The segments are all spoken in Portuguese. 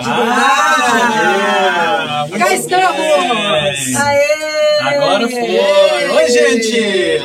Cá estamos! Aê! Agora foi! Oi, gente!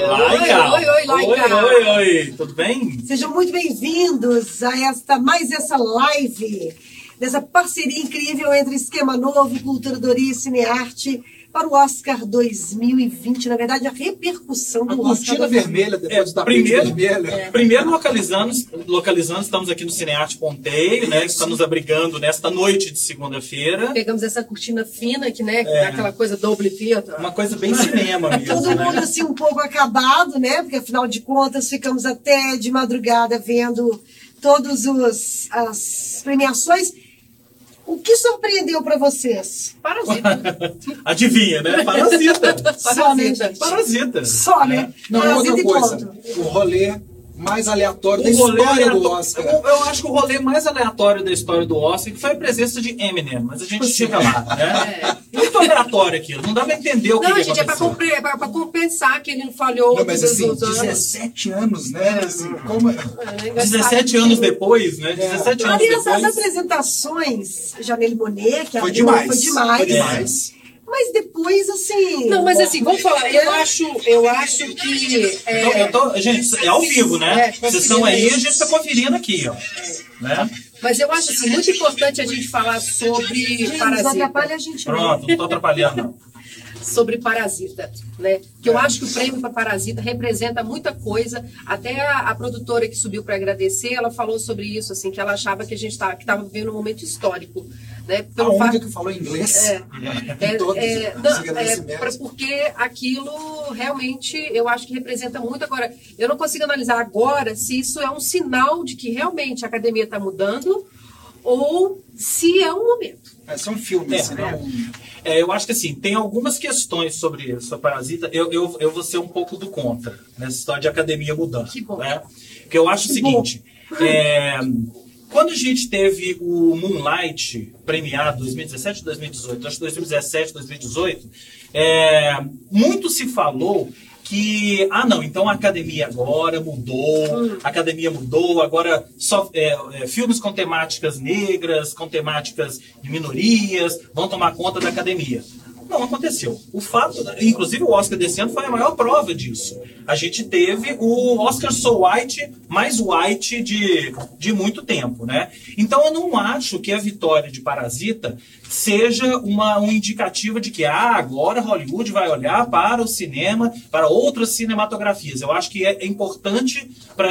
Oi! Tudo bem? Sejam muito bem-vindos a essa live, dessa parceria incrível entre Esquema Novo, Cultura Dori e Cinearte, para o Oscar 2020, na verdade, a repercussão do Oscar. Cortina vermelha, depois da vermelha. Primeiro localizando, estamos aqui no Cinearte Ponteio, né? Que está nos abrigando nesta noite de segunda-feira. Pegamos essa cortina fina, que, né? Aquela coisa double theater. Uma coisa bem cinema mesmo. Todo mundo assim um pouco acabado, né? Porque afinal de contas ficamos até de madrugada vendo todas as premiações. O que surpreendeu para vocês? Parasita. Adivinha, né? Parasita. Só, né, gente? Parasita. Só, né? Não, Parasita outra e coisa. ponto. O rolê mais aleatório da história do Oscar. Eu acho que o rolê mais aleatório da história do Oscar foi a presença de Eminem, mas a gente chega lá, né? Muito aleatório aquilo, não dá pra entender o que Não, gente, aconteceu. é pra compensar que ele não falhou. Não, mas assim, dos anos. 17 anos, né? Assim, como... 17 anos depois, né? 17 anos Aliás, as depois. apresentações, Janelle Monáe, que Foi abriu, demais. foi demais. Foi demais. Mas depois, assim... Não, mas assim, vamos falar. Eu acho que... Gente, é ao vivo, né? É, Vocês estão aí, a gente tá conferindo aqui, ó. Né? Mas eu acho assim, muito importante a gente falar sobre Gente, não Parasita. atrapalha a gente. Pronto, não tô atrapalhando, não. Sobre Parasita, né? Que eu acho que o prêmio para Parasita representa muita coisa. Até a produtora que subiu para agradecer, ela falou sobre isso, assim, que ela achava que a gente estava vivendo um momento histórico, né? A única que falou inglês. Porque aquilo realmente eu acho que representa muito. Agora, eu não consigo analisar agora se isso é um sinal de que realmente a academia está mudando ou se é um momento. São filmes, Eu acho que assim, tem algumas questões sobre Parasita. Eu vou ser um pouco do contra nessa história de academia mudando. Que bom. Né? Porque eu acho o seguinte: quando a gente teve o Moonlight premiado 2017 2018, acho que 2017, 2018, muito se falou que, não, então a academia agora mudou, agora só filmes com temáticas negras, com temáticas de minorias, vão tomar conta da academia. Não aconteceu. O fato, inclusive o Oscar desse ano foi a maior prova disso. A gente teve o Oscar So White, mais white de muito tempo, né? Então eu não acho que a vitória de Parasita seja um indicativo de que agora Hollywood vai olhar para o cinema, para outras cinematografias. Eu acho que é importante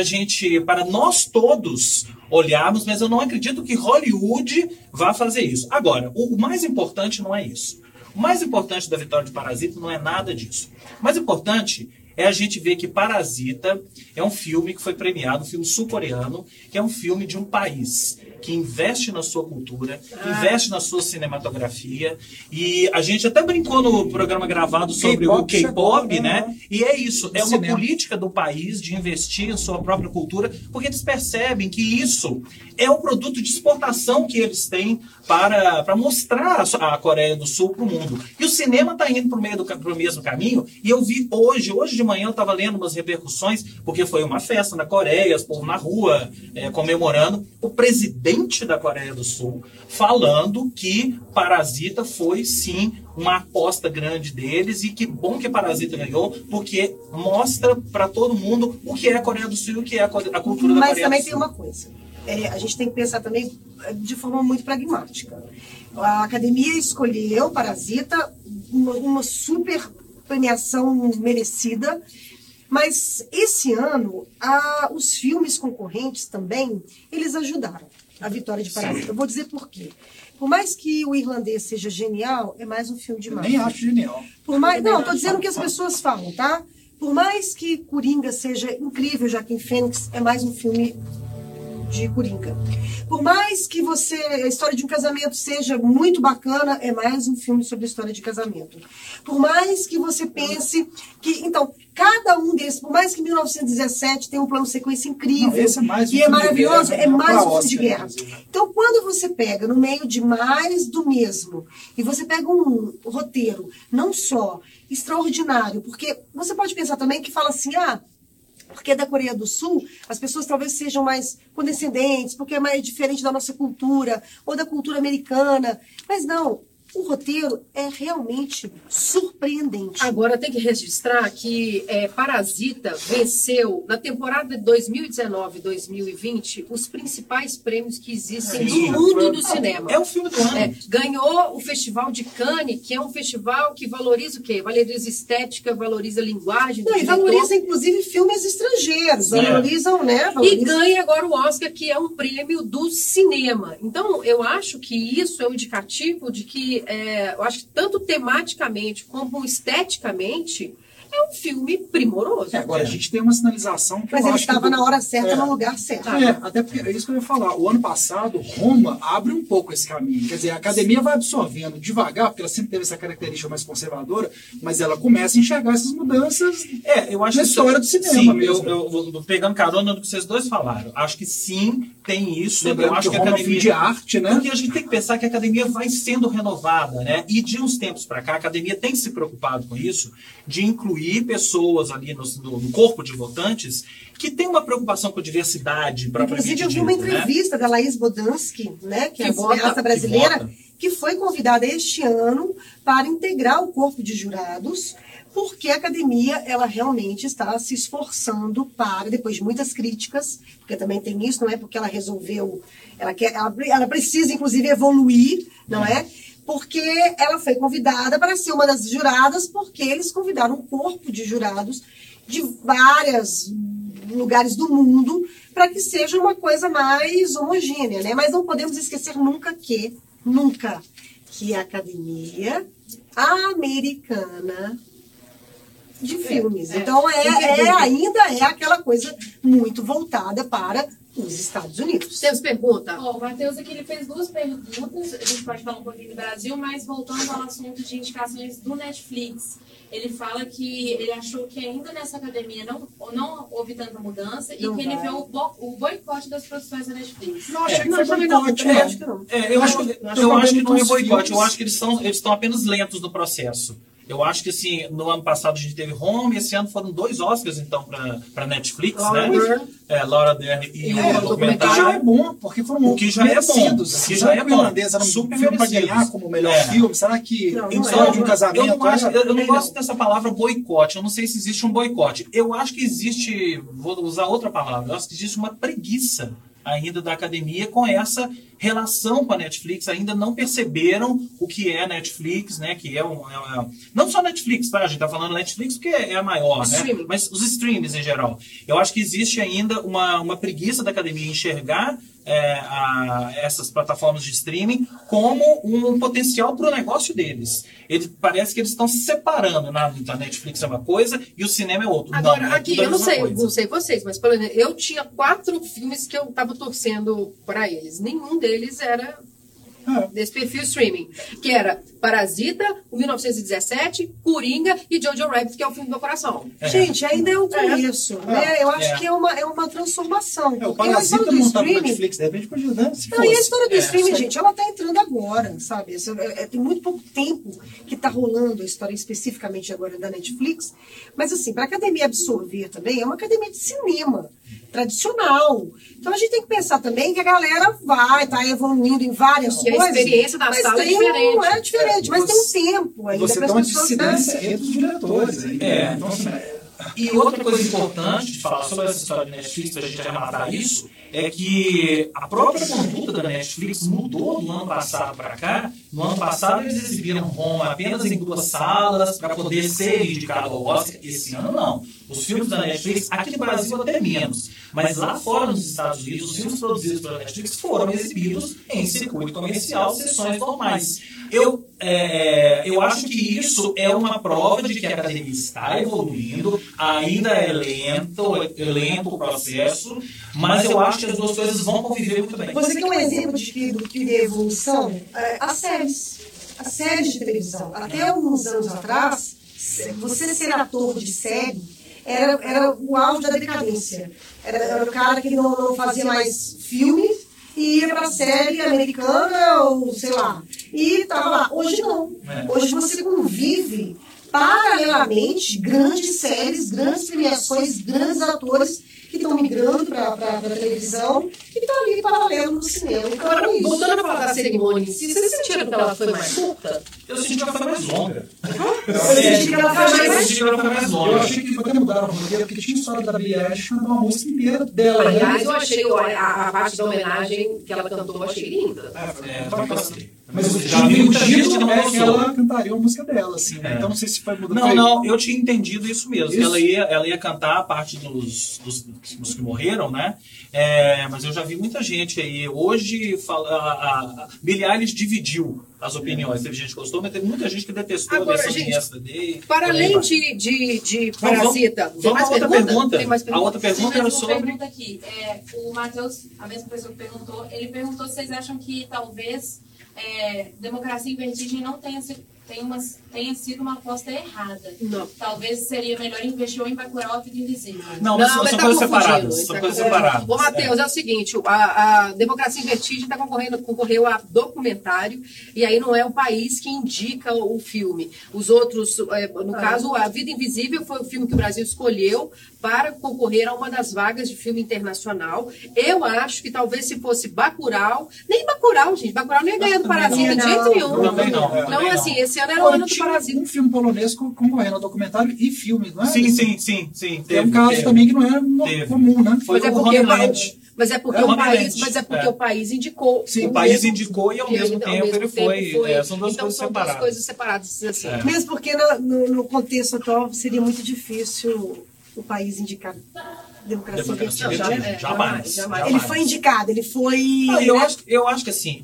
para nós todos olharmos, mas eu não acredito que Hollywood vá fazer isso. Agora, o mais importante não é isso. O mais importante da vitória de Parasita não é nada disso. O mais importante é a gente ver que Parasita é um filme que foi premiado, um filme sul-coreano, que é um filme de um país que investe na sua cultura, investe na sua cinematografia. E a gente até brincou no programa gravado sobre o K-pop, né? E é isso, é uma política do país de investir em sua própria cultura, porque eles percebem que isso é um produto de exportação que eles têm para mostrar a Coreia do Sul para o mundo. E o cinema está indo para o mesmo caminho. E eu vi hoje de manhã eu estava lendo umas repercussões, porque foi uma festa na Coreia, as povo na rua comemorando. O presidente da Coreia do Sul falando que Parasita foi sim uma aposta grande deles, e que bom que Parasita ganhou, porque mostra para todo mundo o que é a Coreia do Sul e o que é a cultura da Coreia do Sul. Mas também tem uma coisa. A gente tem que pensar também de forma muito pragmática. A academia escolheu Parasita, uma super premiação merecida, mas esse ano os filmes concorrentes também, eles ajudaram a vitória de Parasita. Eu vou dizer por quê. Por mais que o Irlandês seja genial, é mais um filme de máfia. Nem acho genial. Não, estou dizendo o que as pessoas falam, tá? Por mais que Coringa seja incrível, Joaquin Phoenix, é mais um filme de Coringa. Por mais que a história de um casamento seja muito bacana, é mais um filme sobre a história de casamento. Por mais que você pense que... Então, cada um desses, por mais que 1917 tenha um plano sequência incrível, e é maravilhoso, é mais um filme de guerra. Então, quando você pega no meio de mais do mesmo, e você pega um roteiro, não só extraordinário, porque você pode pensar também que fala assim, porque da Coreia do Sul, as pessoas talvez sejam mais condescendentes, porque é mais diferente da nossa cultura, ou da cultura americana. Mas não, o roteiro é realmente surpreendente. Agora, tem que registrar que Parasita venceu, na temporada de 2019 e 2020, os principais prêmios que existem no mundo do cinema. É o filme do ano. Ganhou o Festival de Cannes, que é um festival que valoriza o quê? Valoriza estética, valoriza a linguagem. Não, e valoriza, inclusive, filmes estrangeiros. Valorizam, né? E ganha agora o Oscar, que é um prêmio do cinema. Então, eu acho que isso é um indicativo de que eu acho que tanto tematicamente como esteticamente é um filme primoroso. Agora, a gente tem uma sinalização que Mas eu ele acho que... estava na hora certa, no lugar certo. Até porque é isso que eu ia falar. O ano passado, Roma abre um pouco esse caminho. Quer dizer, a academia vai absorvendo devagar, porque ela sempre teve essa característica mais conservadora, mas ela começa a enxergar essas mudanças eu acho na história do cinema mesmo. Eu pegando carona do que vocês dois falaram, acho que sim, tem isso. Lembrando eu acho que que a Roma é um academia filme de arte, né? Porque a gente tem que pensar que a academia vai sendo renovada, né? E de uns tempos para cá, a academia tem se preocupado com isso, de incluir pessoas ali no corpo de votantes que tem uma preocupação com a diversidade propriamente dita. Inclusive, eu vi uma entrevista da Laís Bodansky, né, que é a cineasta brasileira, que foi convidada este ano para integrar o corpo de jurados, porque a academia, ela realmente está se esforçando para, depois de muitas críticas, porque também tem isso, não é porque ela resolveu, ela precisa, inclusive, evoluir, não é? Porque ela foi convidada para ser uma das juradas, porque eles convidaram um corpo de jurados de vários lugares do mundo para que seja uma coisa mais homogênea, né? Mas não podemos esquecer nunca que a academia americana de filmes. Então, ainda é aquela coisa muito voltada para os Estados Unidos. Temos pergunta? O Matheus aqui ele fez duas perguntas. A gente pode falar um pouquinho do Brasil, mas voltando ao assunto de indicações do Netflix. Ele fala que ele achou que ainda nessa academia não houve tanta mudança e que ele vê o boicote das produções da Netflix. Não, achei que foi boicote. Eu acho que não é boicote. Eu acho que eles estão apenas lentos no processo. Eu acho que, assim, no ano passado a gente teve Home, esse ano foram 2 Oscars, então, para Netflix, né? Laura Dern e o documentário. O que já é bom, porque foram merecidos. O que já é bom. Irlandesa era um filme para ganhar como melhor filme. Será que história de um casamento... Eu não gosto dessa palavra boicote. Eu não sei se existe um boicote. Eu acho que existe, vou usar outra palavra, eu acho que existe uma preguiça ainda da academia com essa relação com a Netflix, ainda não perceberam o que é a Netflix, né? Que não só a Netflix, tá? A gente tá falando Netflix porque é a maior, né? Mas os streams em geral. Eu acho que existe ainda uma preguiça da academia em enxergar essas plataformas de streaming como um potencial para o negócio deles. Parece que eles estão se separando. A Netflix é uma coisa e o cinema é outra. Agora, não, aqui, eu não sei vocês, mas por exemplo, eu tinha 4 filmes que eu estava torcendo para eles. Nenhum deles era desse perfil streaming, que era Parasita, o 1917, Coringa e Jojo Rabbit, que é o filme do meu coração. Gente, ainda é o começo, né? Eu acho que é uma transformação. O Parasita montado no Netflix, de repente podia, né? Não, e a história do streaming, gente, ela tá entrando agora, sabe? Tem muito pouco tempo que tá rolando a história especificamente agora da Netflix, mas assim, para a academia absorver também, é uma academia de cinema tradicional. Então a gente tem que pensar também que a galera vai estar evoluindo em várias coisas. A experiência da sala é diferente. É diferente, mas tem um tempo ainda. Você tem uma dissidência entre os diretores. Então, e outra coisa importante de falar sobre essa história de Netflix, para a gente arrematar isso, é que a própria conduta da Netflix mudou do ano passado para cá. No ano passado eles exibiram Roma apenas em 2 salas para poder ser indicado ao Oscar. Esse ano não. Os filmes da Netflix, aqui no Brasil até menos, mas lá fora nos Estados Unidos, os filmes produzidos pela Netflix foram exibidos em circuito comercial, sessões normais. Eu acho que isso é uma prova de que a academia está evoluindo, ainda é lento o processo, mas eu acho que as duas coisas vão conviver muito bem. Você quer um exemplo do que é evolução? As séries de televisão. Até alguns anos atrás, você ser ator de série era o auge da decadência. Era o cara que não fazia mais filme e ia pra série americana ou sei lá. E tava lá. Hoje não. Hoje você convive paralelamente, grandes séries, grandes premiações, grandes atores que estão migrando para a televisão e estão ali paralelo no cinema. Então, Agora, isso. voltando a falar da cerimônia em si, vocês sentiram que ela foi mais curta? Eu senti que ela foi mais longa. Você sente que ela foi Eu mais- senti que ela foi mais Eu longa. achei que até mudaram o roteiro, porque tinha história da Billie Eilish cantar uma música inteira dela. Aliás, eu achei a parte da homenagem que ela cantou, eu achei linda. Eu gostei. Mas o Já vi muita gente que título não é que gostou. ela cantaria uma música dela, assim, né? Então não sei se foi mudando. Não, eu tinha entendido isso mesmo. Que Isso? ela ia cantar a parte dos que morreram, né? Mas eu já vi muita gente aí. Hoje, a Billie Eilish dividiu as opiniões. Teve gente que gostou, mas teve muita gente que detestou Agora, a versão gente, de yesterday. Para Por aí além vai. de Parasita, tem Vamos mais à outra pergunta? pergunta. Tem mais A pergunta? outra pergunta Tem era mais uma sobre... pergunta aqui. O Matheus, a mesma pessoa que perguntou, ele perguntou se vocês acham que talvez Democracia em Vertigem não tenha sido uma aposta errada. Não. Talvez seria melhor investir ou em Bacurau ou Vida Invisível. Não, mas são ele tá coisas confundindo, separadas. ele São tá coisas confundindo. separadas. Ô, Matheus, é o seguinte, a Democracia em Vertigem concorreu a documentário, e aí não é o país que indica o filme. Os outros, no caso, A Vida Invisível foi o filme que o Brasil escolheu para concorrer a uma das vagas de filme internacional. Eu acho que talvez se fosse Bacurau, nem Bacurau, gente, Bacurau nem ia ganhar do Parasita de jeito nenhum. Também não. Então, também não. assim, esse ano era o ano do tinha Parasita. um filme polonês concorrendo a documentário e filme, não é? Sim. É um caso também que não é Teve. comum, né? Foi Mas é o porque, Homeland. mas é porque É o país, Homeland. o país indicou. Sim, O país mesmo- indicou e ao mesmo tempo ele foi. São duas então, coisas são separadas. duas coisas separadas. Assim. É. Mesmo porque no contexto atual seria muito difícil o país indicar democracia. Democracia Não, Vertigem. Jamais. Ele foi indicado, ele foi. Ah, eu acho que assim,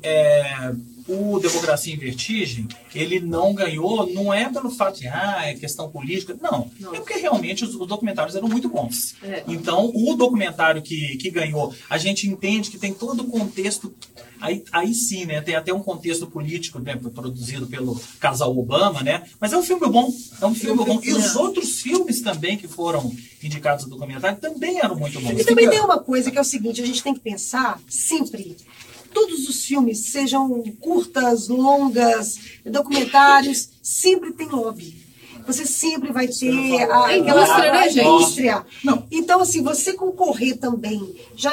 o Democracia em Vertigem, ele não ganhou, não é pelo fato de, é questão política, não. É porque realmente os documentários eram muito bons. É. Então, o documentário que ganhou, a gente entende que tem todo o contexto, aí sim, né, tem até um contexto político, né, produzido pelo casal Obama, né, mas é um filme bom, E os outros filmes também que foram indicados ao documentário também eram muito bons. E também tem uma coisa que é o seguinte, a gente tem que pensar sempre, todos os filmes, sejam curtas, longas, documentários, sempre tem lobby. Você sempre vai ter indústria, né, gente? indústria. Não. Então, assim, você concorrer também,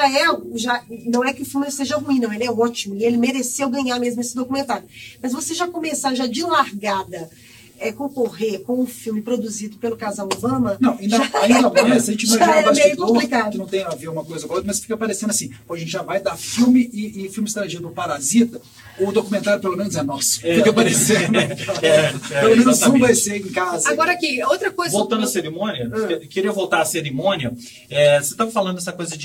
não é que o filme seja ruim, não, ele é ótimo, e ele mereceu ganhar mesmo esse documentário. Mas você já começar já de largada, concorrer com um filme produzido pelo casal Obama, Não, ainda mais, a gente já imagina é um meio bastidor complicado. que não tem a ver uma coisa com a outra, mas fica parecendo assim, pô, a gente já vai dar filme e filme estrangeiro do Parasita, o documentário pelo menos é nosso. Fica parecendo. Pelo menos um vai ser em casa. Agora aqui, outra coisa... Voltando à cerimônia, queria voltar à cerimônia. Você estava falando dessa coisa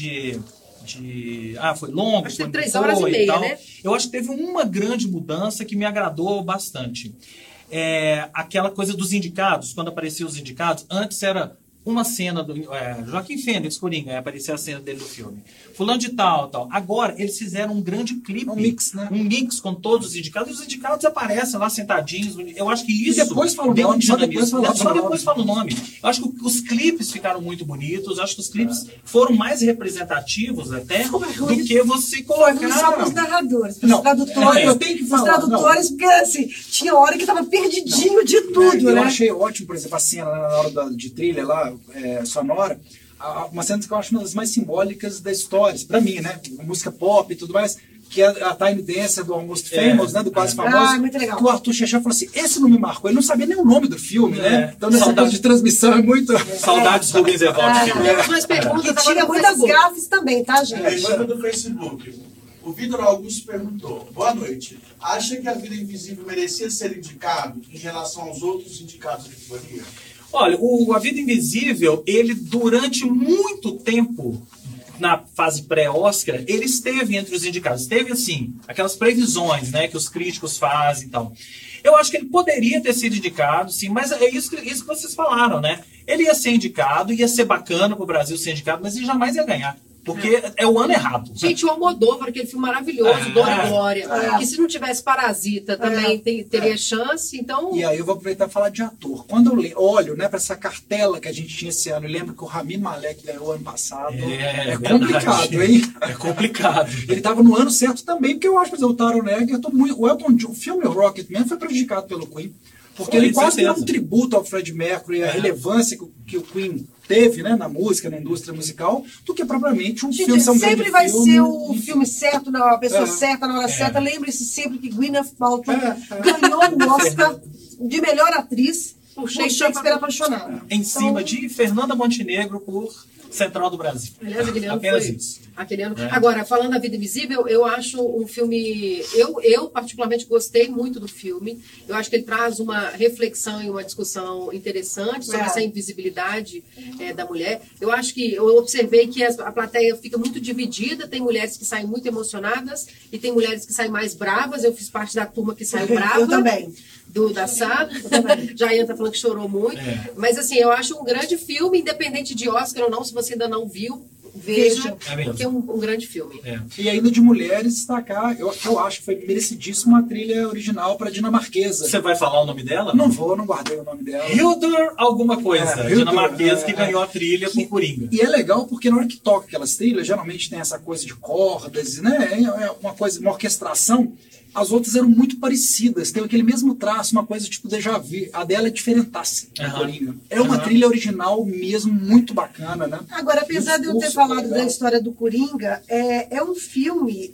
foi longo, Acho que foi 3 horas e boa meia, tal. né? Eu acho que teve uma grande mudança que me agradou bastante. Aquela coisa dos indicados, quando apareciam os indicados, antes era uma cena do Joaquim Fênix, Coringa, aparecia a cena dele no filme. Fulano de tal. Agora, eles fizeram um grande clipe. Um mix, né? Um mix com todos os indicados. E os indicados aparecem lá sentadinhos. Eu acho que isso... E depois fala o deu um nome, só dinamismo. depois fala o nome. Eu acho que os clipes ficaram muito bonitos. Eu acho que os clipes foram mais representativos até do que você foi só para os colocar... narradores, para os Não, tradutores. eu tenho que falar, os tradutores, porque assim, tinha hora que estava perdidinho de tudo, Eu né? achei ótimo, por exemplo, a cena na hora de trilha lá, sonora, uma cena que eu acho uma das mais simbólicas da história, pra mim, né? Música pop e tudo mais, que é a Tiny Dancer do Almost Famous, né? Do Quase Famoso. Muito legal. Que o Arthur Chechá falou assim, esse não me marcou. Ele não sabia nem o nome do filme, né? Então, nessa Saudade. coisa de transmissão é muito... Saudades do Rubens Evaldo. Temos mais perguntas Que agora tinha no muitas Facebook. gafes também, tá, gente? Pergunta do Facebook. O Vitor Augusto perguntou: boa noite. Acha que A Vida Invisível merecia ser indicado em relação aos outros indicados da categoria? Olha, A Vida Invisível, ele durante muito tempo, na fase pré-Oscar, ele esteve entre os indicados. Teve, assim, aquelas previsões, né, que os críticos fazem e tal. Eu acho que ele poderia ter sido indicado, sim, mas é isso que vocês falaram, né? Ele ia ser indicado, ia ser bacana pro Brasil ser indicado, mas ele jamais ia ganhar. Porque é o ano errado. Gente, o Almodóvar, aquele filme maravilhoso, Dor e Glória, que se não tivesse Parasita também teria chance, então... E aí eu vou aproveitar e falar de ator. Quando eu olho, né, para essa cartela que a gente tinha esse ano, e lembro que o Rami Malek ganhou ano passado, é complicado, hein? É complicado. Ele estava no ano certo também, porque eu acho, por exemplo, o Taron Egerton, o Elton John, o filme Rocketman foi prejudicado pelo Queen. Porque ele quase que é um tributo ao Freddie Mercury, a relevância que o Queen teve, né, na música, na indústria musical, do que propriamente um filme. Sempre vai ser o filme certo, a pessoa certa, na hora certa. Lembre-se sempre que Gwyneth Paltrow ganhou o Oscar de melhor atriz por Shakespeare Apaixonado. Em cima de Fernanda Montenegro por Central do Brasil. Aliás, aquele ano Apenas foi, isso. Aquele ano. Agora, falando da Vida Invisível, eu acho um filme... Eu particularmente gostei muito do filme. Eu acho que ele traz uma reflexão e uma discussão interessante sobre essa invisibilidade da mulher. Eu acho que... Eu observei que a plateia fica muito dividida. Tem mulheres que saem muito emocionadas e tem mulheres que saem mais bravas. Eu fiz parte da turma que saiu brava. Eu também. Da sala. Jair tá falando que chorou muito. Mas, assim, eu acho um grande filme, independente de Oscar ou não. Se você ainda não viu, veja, porque é um grande filme. E ainda de mulheres, destacar, eu acho que foi merecidíssima a trilha original para dinamarquesa. Você vai falar o nome dela? Não vou, não guardei o nome dela. Hildur alguma coisa, Hildur, dinamarquesa, que ganhou a trilha por Coringa. E é legal porque na hora que toca aquelas trilhas, geralmente tem essa coisa de cordas, né? É uma orquestração. As outras eram muito parecidas, tem aquele mesmo traço, uma coisa tipo déjà vu. A dela é diferentaça, Coringa. É uma trilha original mesmo, muito bacana, né? Agora, apesar de eu ter falado da história do Coringa, é um filme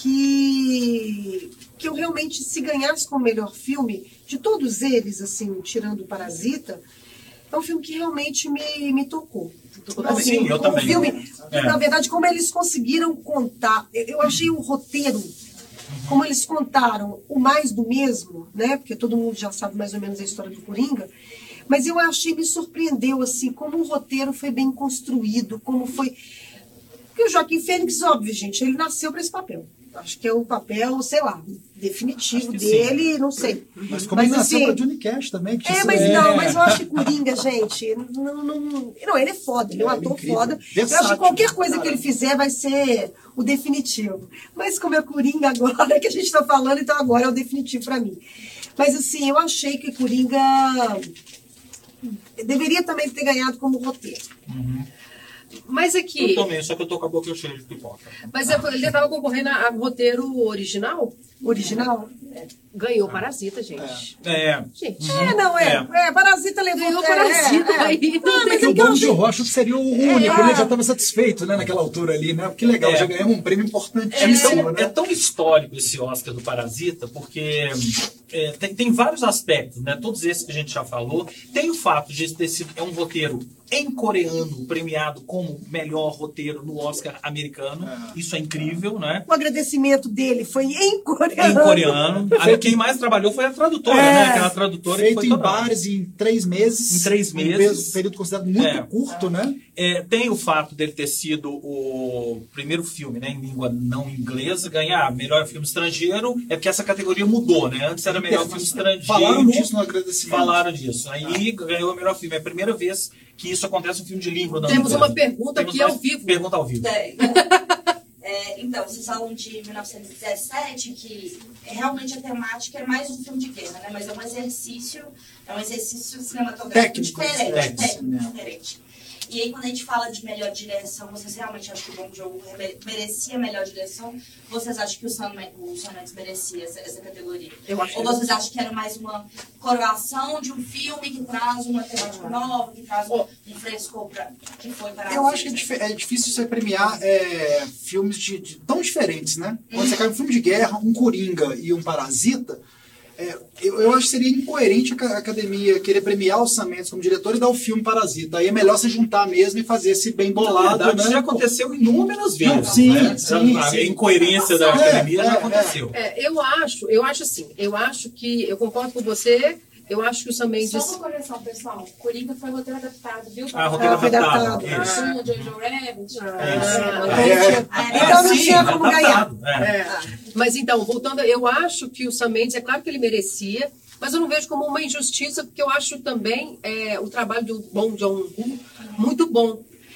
que eu realmente, se ganhasse como melhor filme, de todos eles, assim, tirando o Parasita, é um filme que realmente me tocou. Assim, sim, eu também. Filme, na verdade, como eles conseguiram contar, eu achei o roteiro... Como eles contaram o mais do mesmo, né? Porque todo mundo já sabe mais ou menos a história do Coringa. Mas eu achei, me surpreendeu, assim, como o roteiro foi bem construído, como foi... Porque o Joaquim Fênix, óbvio, gente, ele nasceu para esse papel. Acho que é o papel, sei lá, definitivo dele, não sei. Mas como ele nasceu assim, pra Johnny Cash também. Que mas eu acho que Coringa, gente, não, ele é foda, ele é um ator incrível. foda. Versátil, eu acho que qualquer coisa que ele fizer vai ser o definitivo. Mas como é Coringa agora, que a gente tá falando, então agora é o definitivo pra mim. Mas assim, eu achei que Coringa deveria também ter ganhado como roteiro. Mas aqui... Eu também, só que eu tô com a boca cheia de pipoca. Mas ele estava concorrendo a roteiro original? Original? Ganhou Parasita, gente. Gente. Parasita levou... Ganhou Parasita aí. Porque o Bong Joon-ho seria o único, ele já estava satisfeito, né, naquela altura ali, né? Que legal, já ganhamos um prêmio importantíssimo, né? É tão histórico esse Oscar do Parasita, porque tem vários aspectos, né? Todos esses que a gente já falou. Tem o fato de ter sido um roteiro em coreano, premiado como melhor roteiro no Oscar americano. Isso é incrível, né? O agradecimento dele foi em coreano. Em coreano. Quem mais trabalhou foi a tradutora, né? Aquela tradutora feito que foi em bares em 3 meses. Em 3 meses. Um período considerado muito curto, né? Tem o fato dele ter sido o primeiro filme, né, em língua não inglesa, ganhar melhor filme estrangeiro, porque essa categoria mudou, né? Antes era melhor filme estrangeiro. Falaram disso no agradecimento. Falaram disso. Aí ganhou o melhor filme. É a primeira vez que isso acontece no filme de língua não Temos inglesa. uma pergunta aqui ao vivo. Pergunta ao vivo. Então, vocês falam de 1917, que realmente a temática é mais um filme de guerra, né? Mas é um exercício cinematográfico técnico, diferente. E aí, quando a gente fala de melhor direção, vocês realmente acham que o Bong Joon-ho merecia melhor direção? Vocês acham que o Sam Mendes merecia essa categoria? Ou vocês acham que era mais uma coroação de um filme que traz uma temática nova, que traz um frescor que foi para... Eu acho que é difícil você premiar filmes tão diferentes, né? Quando você cai um filme de guerra, um Coringa e um Parasita... Eu acho que seria incoerente a academia querer premiar o Sam Mendes como diretor e dar o filme Parasita. Aí é melhor se juntar mesmo e fazer esse bem bolado. Na verdade, né? já aconteceu inúmeras vezes. Sim, né? sim. A incoerência da academia já aconteceu. Eu acho assim, eu acho que, eu concordo com você, eu acho que o Sam Mendes... Só uma correção, pessoal. Coringa foi roteiro adaptado, viu? Roteiro adaptado. Com o Jojo Rabbit. Então não tinha como ganhar. Mas então, voltando, eu acho que o Sam Mendes, é claro que ele merecia, mas eu não vejo como uma injustiça, porque eu acho também o trabalho do Bong Joon-ho muito bom.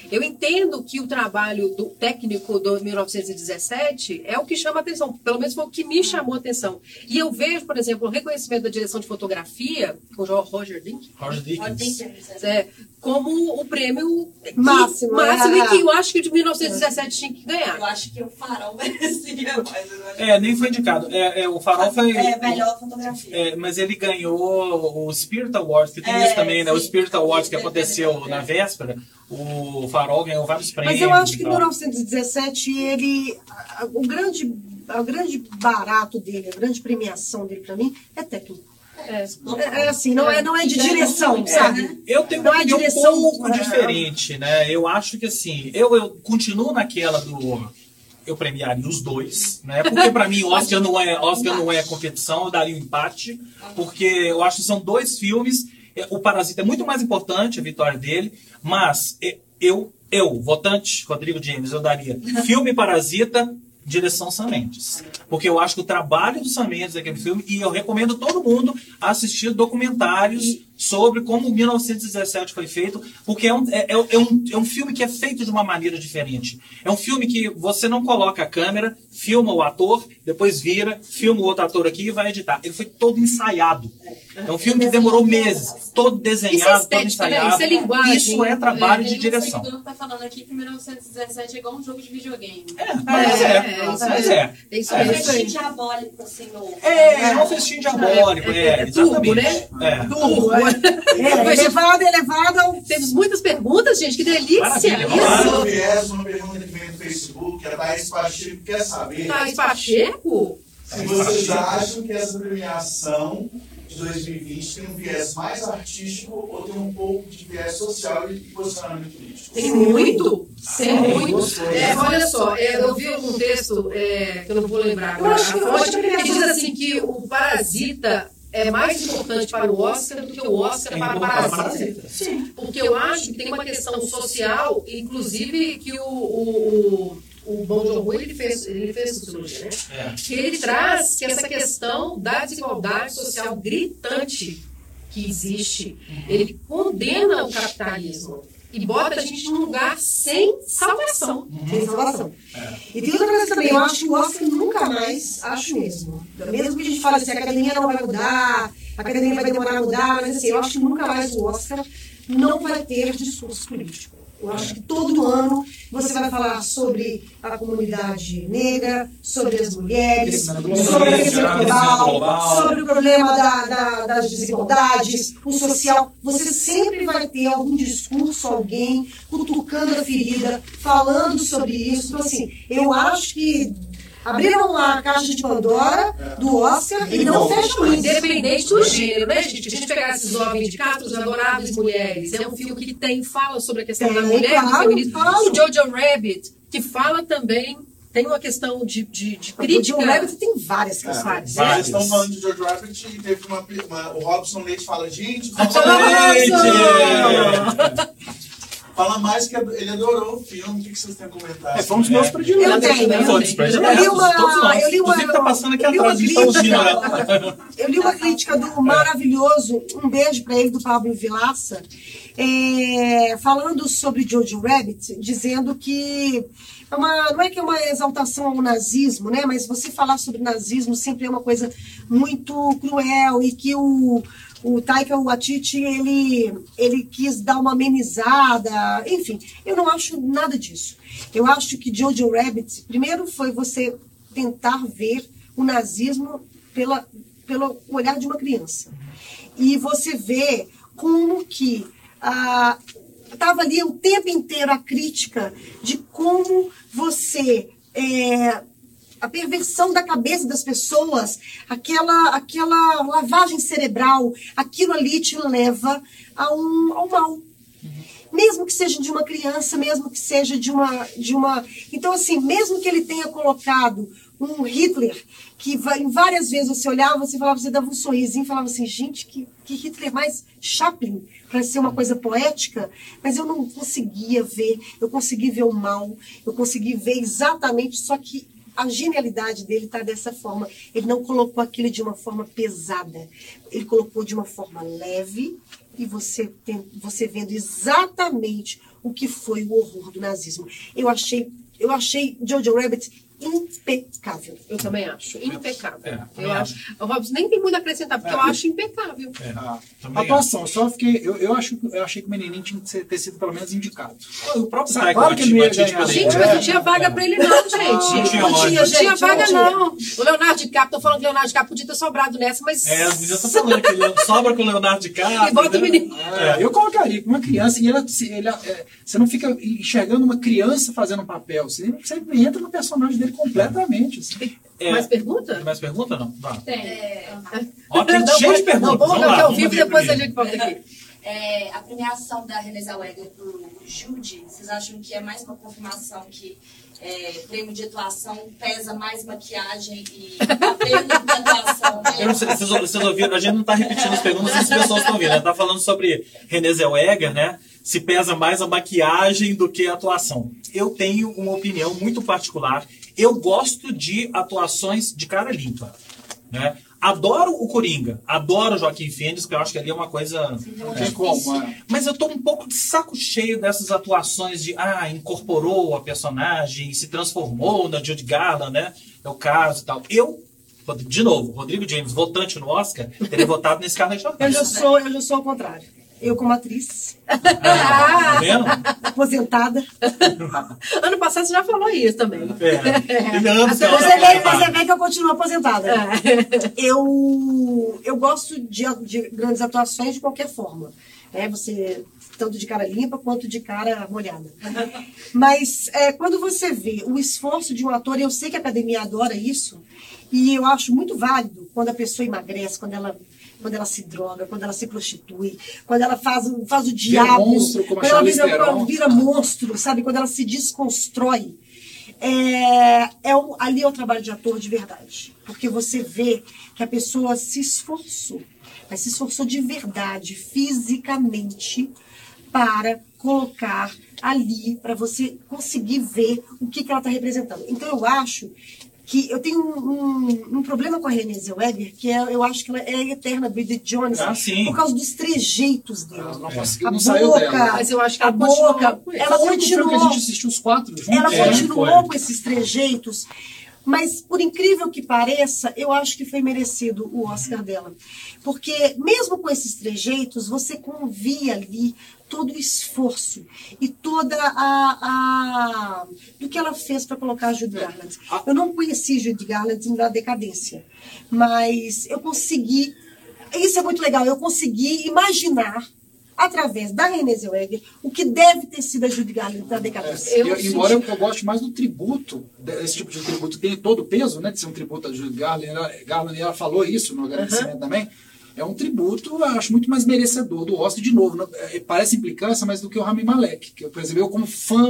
Eu entendo que o trabalho do técnico do 1917 é o que chama a atenção, pelo menos foi o que me chamou a atenção. E eu vejo, por exemplo, o reconhecimento da direção de fotografia, com o Roger Dickens, como o prêmio máximo e que eu acho que o de 1917 tinha que ganhar. Eu acho que o Farol merecia, mas nem foi indicado. O Farol foi... melhor fotografia. Mas ele ganhou o Spirit Awards, que tem isso também, né? O Spirit Awards que aconteceu na véspera, o Farol ganhou vários prêmios. Mas eu acho que 1917, o grande barato dele, a grande premiação dele pra mim é técnico. Assim, não é de direção, sabe? Eu tenho uma opinião um pouco diferente, né? Eu acho que assim, eu continuo naquela do... Eu premiaria os dois, né? Porque pra mim Oscar não é competição, eu daria um empate, porque eu acho que são dois filmes. O Parasita é muito mais importante, a vitória dele, mas eu votante, Rodrigo James, eu daria filme Parasita, direção Sam Mendes. Porque eu acho que o trabalho do Sam Mendes naquele filme, e eu recomendo todo mundo a assistir documentários sobre como 1917 foi feito, porque é um filme que é feito de uma maneira diferente. É um filme que você não coloca a câmera, filma o ator, depois vira, filma o outro ator aqui e vai editar. Ele foi todo ensaiado. É um filme que demorou meses, todo desenhado, todo ensaiado. Isso é trabalho de direção. O seguidor está falando aqui que 1917 é igual um jogo de videogame. Isso é um festim diabólico, assim. É um festim diabólico, exatamente. Turbo, né? Turbo. Elevado. Temos muitas perguntas, gente, que delícia. Uma pergunta que veio no Facebook, a Thaís Pacheco quer saber. Thaís Pacheco? Se vocês acham que essa premiação de 2020 tem um viés mais artístico ou tem um pouco de viés social e posicionamento político? Tem muito. Olha só, eu vi um texto que eu não vou lembrar agora, que diz assim que o Parasita é mais importante para o Oscar do que o Oscar para o Parasita. Sim. Porque eu acho que tem uma questão social, inclusive que o Bong Joon-ho, ele fez sociologia, né? Que ele traz que essa questão da desigualdade social gritante que existe, ele condena o capitalismo e bota a gente num lugar sem salvação. Sem salvação. E tem outra coisa também, eu acho que o Oscar nunca mais, acho mesmo. Mesmo que a gente fale assim, a academia não vai mudar, a academia vai demorar a mudar, mas assim, eu acho que nunca mais o Oscar não vai ter discurso político. Eu acho que todo ano você vai falar sobre a comunidade negra, sobre as mulheres, sobre a questão global, sobre o problema das desigualdades, o social. Você sempre vai ter algum discurso, alguém cutucando a ferida, falando sobre isso. Então, assim, eu acho que abriram lá a caixa de Pandora do Oscar e não fecham mais. Independente do gênero, né, gente? A gente pegar esses 9 indicados, Os Adoráveis Mulheres, é um filme que fala sobre a questão da mulher, do feminismo. O Jojo Rabbit, que fala também, tem uma questão de crítica. O Jojo Rabbit tem várias questões. Várias. Estão falando de Jojo Rabbit e teve o Robson Leite fala, gente, fala mais que ele adorou o filme. O que vocês têm a comentar? Foi um dos meus prediletos. Eu li uma tá passando aqui atrás, eu li uma crítica do maravilhoso, um beijo para ele, do Pablo Vilaça, falando sobre Jojo Rabbit, dizendo que não é que é uma exaltação ao nazismo, né? Mas você falar sobre nazismo sempre é uma coisa muito cruel e que o Taika Waititi, ele quis dar uma amenizada, enfim, eu não acho nada disso. Eu acho que Jojo Rabbit, primeiro foi você tentar ver o nazismo pelo olhar de uma criança. E você vê como que estava ali o tempo inteiro a crítica de como você... a perversão da cabeça das pessoas, aquela lavagem cerebral, aquilo ali te leva ao mal. Mesmo que seja de uma criança, mesmo que seja de uma... Então, assim, mesmo que ele tenha colocado um Hitler, que várias vezes você olhava, você falava, você dava um sorrisinho, falava assim, gente, que Hitler mais Chaplin, para ser uma coisa poética, mas eu não conseguia ver, eu consegui ver o mal, eu consegui ver exatamente, só que a genialidade dele está dessa forma. Ele não colocou aquilo de uma forma pesada. Ele colocou de uma forma leve e você vendo exatamente o que foi o horror do nazismo. Eu achei Jojo Rabbit impecável. Eu também acho. Impecável. Eu acho. O Robson nem tem muito a acrescentar, porque eu acho impecável. A atuação, só fiquei. Eu achei que o menininho tinha que ter sido pelo menos indicado. O próprio Claro Taika que ele ia Waititi ganhar. Gente, mas não tinha vaga pra ele, não, gente. Não tinha vaga, não. O Leonardo DiCaprio, tô falando que o Leonardo DiCaprio podia ter sobrado nessa, mas. Eu tô falando que ele sobra com o Leonardo DiCaprio. E bota o menino. Eu colocaria com uma criança, e você não fica enxergando uma criança fazendo um papel, você entra no personagem dele completamente. Assim. Mais pergunta? Mais pergunta não? Tá. Tem. Tem cheio de perguntas. Vamos lá, ao vivo, depois a gente volta aqui. A premiação da Renée Zellweger pro Jude, vocês acham que é mais uma confirmação que prêmio de atuação pesa mais maquiagem e prêmio de atuação? Eu não sei, vocês ouviram, a gente não está repetindo as perguntas, as pessoas estão ouvindo. Está falando sobre Renée Zellweger, né? Se pesa mais a maquiagem do que a atuação. Eu tenho uma opinião muito particular. Eu gosto de atuações de cara limpa, né? Adoro o Coringa, adoro o Joaquin Phoenix, porque eu acho que ali é uma coisa... Mas eu tô um pouco de saco cheio dessas atuações de, incorporou a personagem, se transformou na Judy Garland, né? É o caso e tal. De novo, Rodrigo James, votante no Oscar, teria votado nesse Scarlett Johansson. Eu já sou ao contrário. Eu, como atriz, Tá vendo? aposentada. Ano passado você já falou isso também. Você vê que eu continuo aposentada. Eu gosto de grandes atuações de qualquer forma. Você, tanto de cara limpa quanto de cara molhada. Mas quando você vê o esforço de um ator, eu sei que a academia adora isso, e eu acho muito válido quando a pessoa emagrece, quando ela se droga, quando ela se prostitui, quando ela faz o diabo, monstro, como quando ela vira monstro, sabe? Quando ela se desconstrói. Ali é o trabalho de ator de verdade. Porque você vê que a pessoa se esforçou, mas se esforçou de verdade, fisicamente, para colocar ali, para você conseguir ver o que ela está representando. Então, eu acho que eu tenho um problema com a Renée Zellweger, que eu acho que ela é a eterna Bridget Jones, por causa dos trejeitos dela. Não saiu dela. Mas eu acho que ela continuou. A gente assistiu os 4 juntos. Ela continuou com esses trejeitos, mas por incrível que pareça, eu acho que foi merecido o Oscar dela. Porque mesmo com esses trejeitos, você convia ali todo o esforço e toda do que ela fez para colocar a Judy Garland. Eu não conheci Judy Garland na decadência, mas eu consegui, isso é muito legal, eu consegui imaginar através da Renée Zellweger o que deve ter sido a Judy Garland na decadência. Embora eu goste mais do tributo, esse tipo de tributo tem todo o peso, né, de ser um tributo a Judy Garland, ela falou isso no agradecimento também. É um tributo, eu acho, muito mais merecedor do Oscar. De novo, parece implicância, mas do que o Rami Malek. Que, por exemplo, eu como fã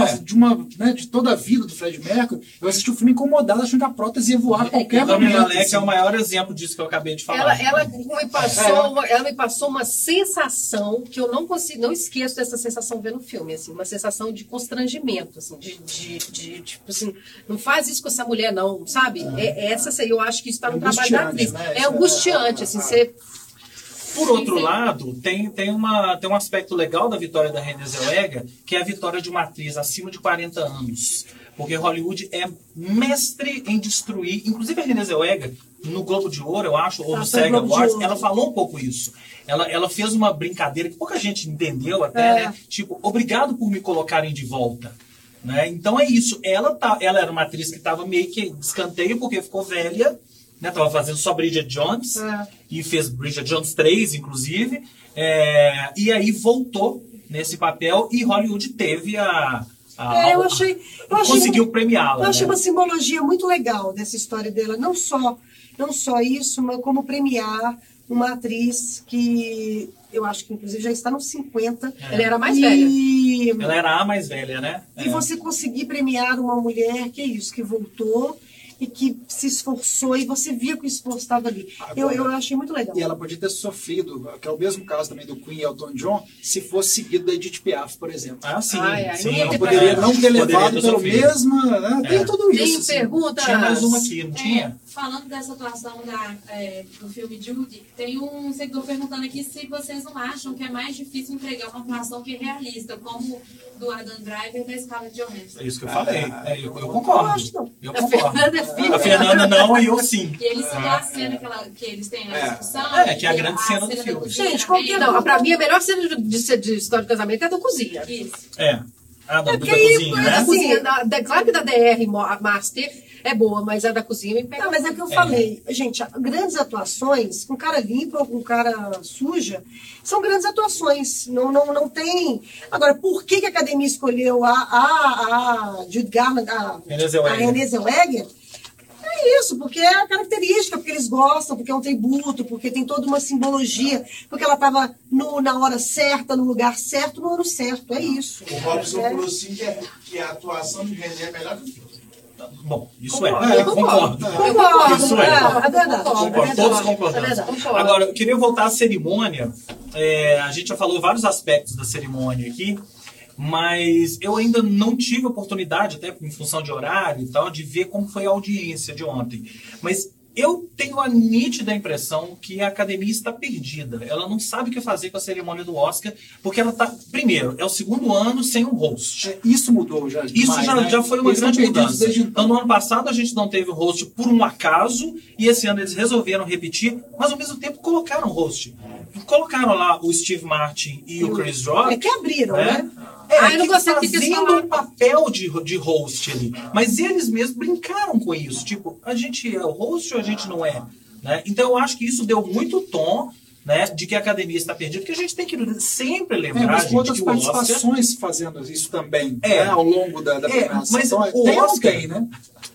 de toda a vida do Fred Mercury, eu assisti o filme incomodado, achando que a prótese ia voar a qualquer momento. O Rami Malek é o maior exemplo disso que eu acabei de falar. Ela me passou uma sensação que eu não esqueço dessa sensação vendo o filme, assim, uma sensação de constrangimento, assim, tipo assim, não faz isso com essa mulher, não, sabe? Eu acho que isso está no trabalho da atriz. Né? É angustiante, assim, você... Por outro lado, tem um aspecto legal da vitória da Renée Zellweger, que é a vitória de uma atriz acima de 40 anos. Porque Hollywood é mestre em destruir, inclusive a Renée Zellweger, no Globo de Ouro, eu acho, ou no SEG Awards, ela falou um pouco isso. Ela fez uma brincadeira que pouca gente entendeu até, né? Tipo, obrigado por me colocarem de volta. Né? Então é isso. Ela era uma atriz que estava meio que de escanteio porque ficou velha, né? Tava fazendo só Bridget Jones e fez Bridget Jones 3, inclusive, e aí voltou nesse papel e Hollywood teve conseguiu premiá-la. Eu achei uma simbologia muito legal dessa história dela, não só isso, mas como premiar uma atriz que eu acho que inclusive já está nos 50. Ela era a mais velha. Ela era a mais velha, né? E você conseguir premiar uma mulher que voltou e que se esforçou, e você via que o esforço estava ali. Agora, eu achei muito legal. E ela podia ter sofrido, que é o mesmo caso também do Queen e Elton John, se fosse seguido da Edith Piaf, por exemplo. Sim. Ela poderia não ter levado pelo mesmo... Né? Tem tudo isso. Tem pergunta? Tinha mais uma aqui, não tinha? falando dessa atuação do filme Judy, tem um seguidor perguntando aqui se vocês não acham que é mais difícil entregar uma atuação que é realista, como do Adam Driver e da Scarlett Johansson. É isso que eu falei. Eu concordo. Eu concordo. A Fernanda não e eu sim. E eles citam a cena que eles têm a discussão. Que é a grande cena do filme. Gente, não, pra mim a melhor cena de história de casamento é a da cozinha. Isso. Da cozinha, né? Assim, claro que da DR Master é boa, mas a da cozinha me pega. Não, mas é o que eu falei. Gente, grandes atuações, com cara limpa ou com cara suja, são grandes atuações. Não tem... Agora, por que a academia escolheu a Judy Garland, a Renée Zellweger? É isso, porque é a característica, porque eles gostam, porque é um tributo, porque tem toda uma simbologia, porque ela estava na hora certa, no lugar certo, no ano certo. É isso. O Robson falou assim que a atuação de Renée é melhor que o filme. Bom, isso Concordo. Isso é verdade. Concordo. Todos concordamos. Agora, eu queria voltar à cerimônia. A gente já falou vários aspectos da cerimônia aqui, mas eu ainda não tive oportunidade, até em função de horário e tal, de ver como foi a audiência de ontem. Mas eu tenho a nítida impressão que a academia está perdida. Ela não sabe o que fazer com a cerimônia do Oscar, porque ela está... Primeiro, é o segundo ano sem um host. Isso mudou já. Isso já foi uma grande mudança. Então, no ano passado, a gente não teve o host por um acaso, e esse ano eles resolveram repetir, mas ao mesmo tempo colocaram o host. Colocaram lá o Steve Martin e o Chris Rock. É que abriram, né? Eu não gostei que eles fazendo um papel de host ali. Mas eles mesmos brincaram com isso. Tipo, a gente é o host ou a gente não é? Né? Então eu acho que isso deu muito tom, né, de que a academia está perdida, porque a gente tem que sempre lembrar, mas gente, outras que o participações Oscar... fazendo isso também, né, ao longo da premiação. Mas então, o tem Oscar, alguém, né?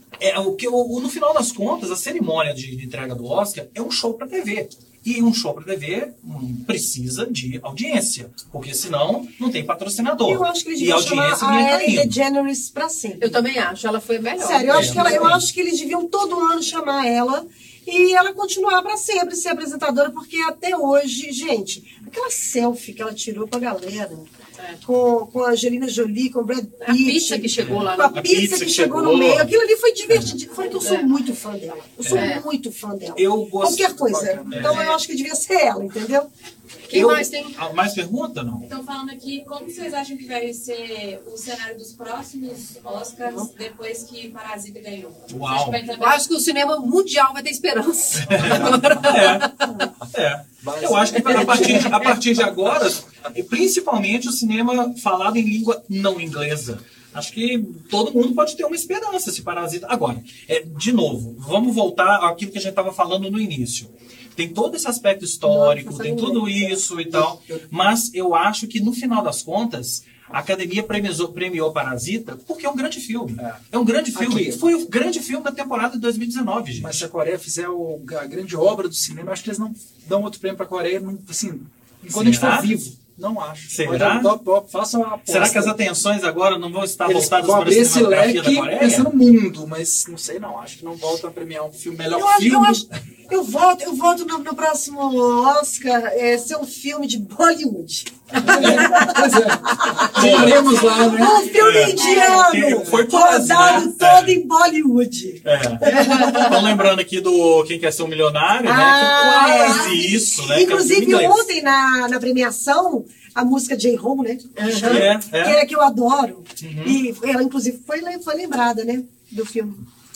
No final das contas, a cerimônia de entrega do Oscar é um show para TV. E um show para TV precisa de audiência, porque senão não tem patrocinador. Eu acho que eles deviam chamar a Ellen DeGeneres para sempre. Eu também acho, ela foi melhor. Sério, eu acho que eles deviam todo ano chamar ela e ela continuar para sempre ser apresentadora, porque até hoje, gente, aquela selfie que ela tirou com a galera, com a Angelina Jolie, com o Brad Pitt. A pizza que chegou lá. Com a pizza que chegou no meio. Aquilo ali foi divertido. Foi que eu sou muito fã dela. Eu sou muito fã dela. Eu gosto. Qualquer coisa. Então eu acho que devia ser ela, entendeu? Quem mais tem? Mais pergunta, não? Estão falando aqui, como vocês acham que vai ser o cenário dos próximos Oscars depois que Parasita ganhou? Uau! Eu acho que o cinema mundial vai ter esperança. Eu acho que a partir de agora, principalmente o cinema falado em língua não inglesa. Acho que todo mundo pode ter uma esperança se Parasita... Agora, de novo, vamos voltar àquilo que a gente estava falando no início. Tem todo esse aspecto histórico, tem tudo isso e tal, mas eu acho que no final das contas, a academia premiou Parasita porque é um grande filme. É um grande filme. Foi o grande filme da temporada de 2019, gente. Mas se a Coreia fizer a grande obra do cinema, acho que eles não dão outro prêmio para a Coreia, assim, quando a gente for vivo. Não acho. Será? Faça uma aposta. Será que as atenções agora não vão estar voltadas para a cinematografia da Coreia? Pensando no mundo, mas não sei não. Acho que não voltam a premiar um filme melhor filme. Eu voto no próximo Oscar ser um filme de Bollywood. Pois é. Veremos lá, né? Um filme indiano. Rodado todo em Bollywood. Estão lembrando aqui do Quem Quer Ser um Milionário, né? Que quase isso, né? Inclusive, ontem na premiação, a música J-Ho, né? Que eu adoro. E ela, inclusive, foi lembrada, né? Do filme.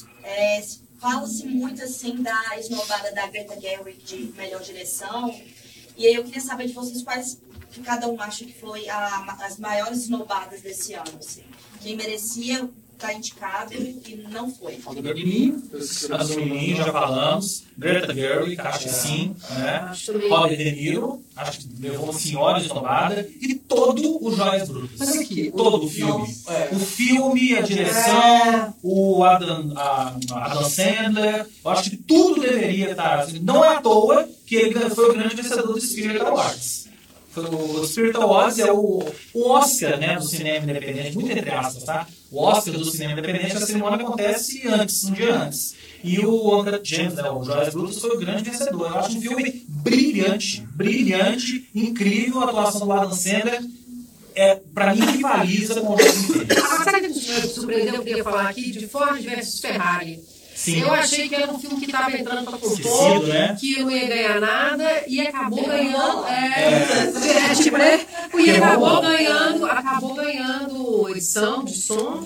Fala-se muito, assim, da esnobada da Greta Gerwig de melhor direção. E aí eu queria saber de vocês quais que cada um acha que foi as maiores esnobadas desse ano, assim. Quem merecia estar indicado e não foi. A do Menino, já falamos. Greta Gerwig, acho que sim. Né? Robert De Niro, acho que levou uma senhora esnobada. E todo o Joias Brutas. Mas aqui, todo o filme. O filme, a direção, o Adam Sandler. Eu acho que tudo deveria estar. Assim, não é à toa que ele foi o grande vencedor do Spirit Awards. O Spirit Awards é o Oscar, né, do cinema independente, muito entre aspas, tá? O Oscar do cinema independente, a cerimônia acontece antes, um dia antes. E o Uncut Gems, né, o Joias Brutas, foi o grande vencedor. Eu acho um filme brilhante, incrível, a atuação do Adam Sandler. Pra mim, rivaliza com o Joaquin Phoenix. A série que me surpreendeu, eu queria falar aqui, de Ford versus Ferrari. Sim. Eu achei que era um filme que estava entrando para Esquecido, compor, né? que eu não ia ganhar nada e acabou ganhando. Tipo, né? E acabou ganhando edição de som.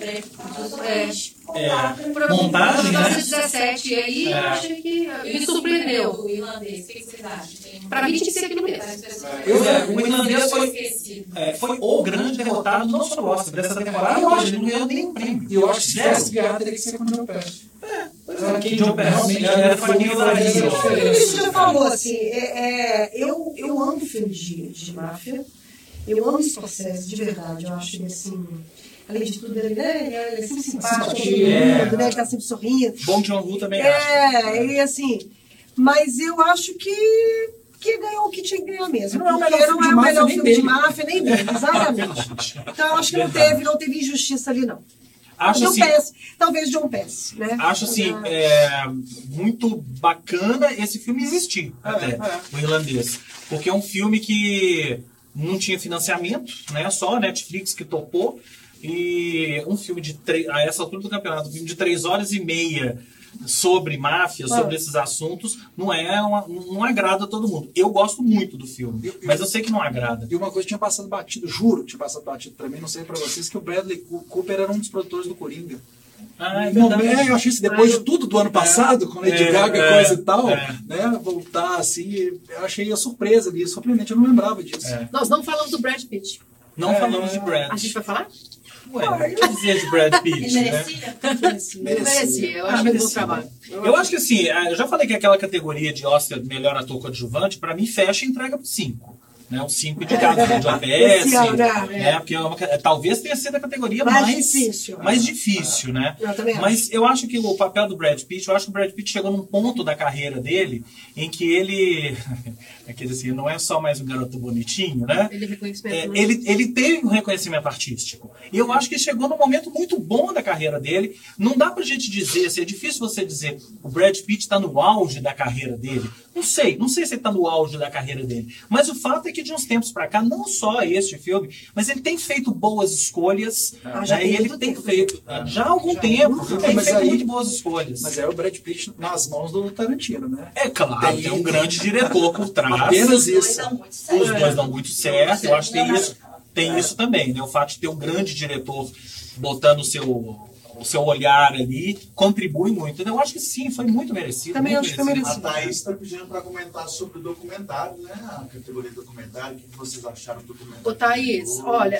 Montagem, né? 2017. E aí eu achei que me surpreendeu. O irlandês, o que vocês acham? Para mim tinha que ser aquilo mesmo. O irlandês foi o grande derrotado, não só do Oscar, dessa temporada, hoje ele não ganhou nenhum prêmio. E eu acho que se tivesse ganhado, teria que ser com o Joe Pesci. Quem Joe Pesci foi nível da vida. Isso que você falou, assim, eu amo filmes de máfia, eu amo Scorsese, de verdade, eu acho ele assim, além de tudo, ele é sempre simpático, ele tá sempre sorrindo. Bom Joon-ho também acho. E assim, mas eu acho que ganhou o que tinha que ganhar mesmo. Não é o porque melhor não filme é de o máfia, melhor nem filme de dele. máfia, nem dele, exatamente. Então eu acho que não teve injustiça ali, não. Acho assim, Talvez John Pass, né? Acho assim, muito bacana esse filme existir, até, o irlandês. Porque é um filme que não tinha financiamento, né? Só a Netflix que topou. E um filme a essa altura do campeonato, um filme de 3 horas e meia sobre máfia, sobre esses assuntos, não agrada a todo mundo. Eu gosto muito do filme, mas eu sei que não agrada. E uma coisa tinha passado batido, juro que tinha passado batido pra mim, não sei pra vocês, que o Bradley Cooper era um dos produtores do Coringa. Ah, é Não, verdade. eu achei isso depois de tudo do ano passado, com Lady Gaga, coisa e tal, né? Voltar assim, eu achei a surpresa disso, surpreendente, eu não lembrava disso. Nós não falamos do Brad Pitt. Não falamos de Brad. A gente vai falar? Ué, o que dizer de Brad Pitt, Ele né? merecia? Eu acho que ele bom trabalho. Eu acho que assim, eu já falei que aquela categoria de Oscar melhor ator coadjuvante, pra mim fecha e entrega pro 5. Né, os 5 indicados do John Pesci, né, porque talvez tenha sido a categoria mais difícil, né? Mas eu acho que o papel do Brad Pitt, eu acho que o Brad Pitt chegou num ponto da carreira dele em que ele, assim, não é só mais um garoto bonitinho, né? Ele teve um reconhecimento artístico. E eu acho que chegou num momento muito bom da carreira dele. Não dá pra gente dizer, assim, é difícil você dizer o Brad Pitt tá no auge da carreira dele. Não sei se ele tá no auge da carreira dele. Mas o fato é que de uns tempos pra cá, não só este filme, mas ele tem feito boas escolhas. Ele tem feito já há algum tempo. Ele tem feito muito boas escolhas. Mas é o Brad Pitt nas mãos do Tarantino, né? É claro, tem um grande diretor por trás. Apenas isso. Os dois dão muito certo. Eu acho que tem isso também, né? O fato de ter um grande diretor botando o seu olhar ali contribui muito. Então, eu acho que sim, foi muito merecido. Também muito acho que foi merecido. A Thaís está pedindo para comentar sobre o documentário, né? A categoria documentário. O que vocês acharam do documentário? Ô, Thaís, olha,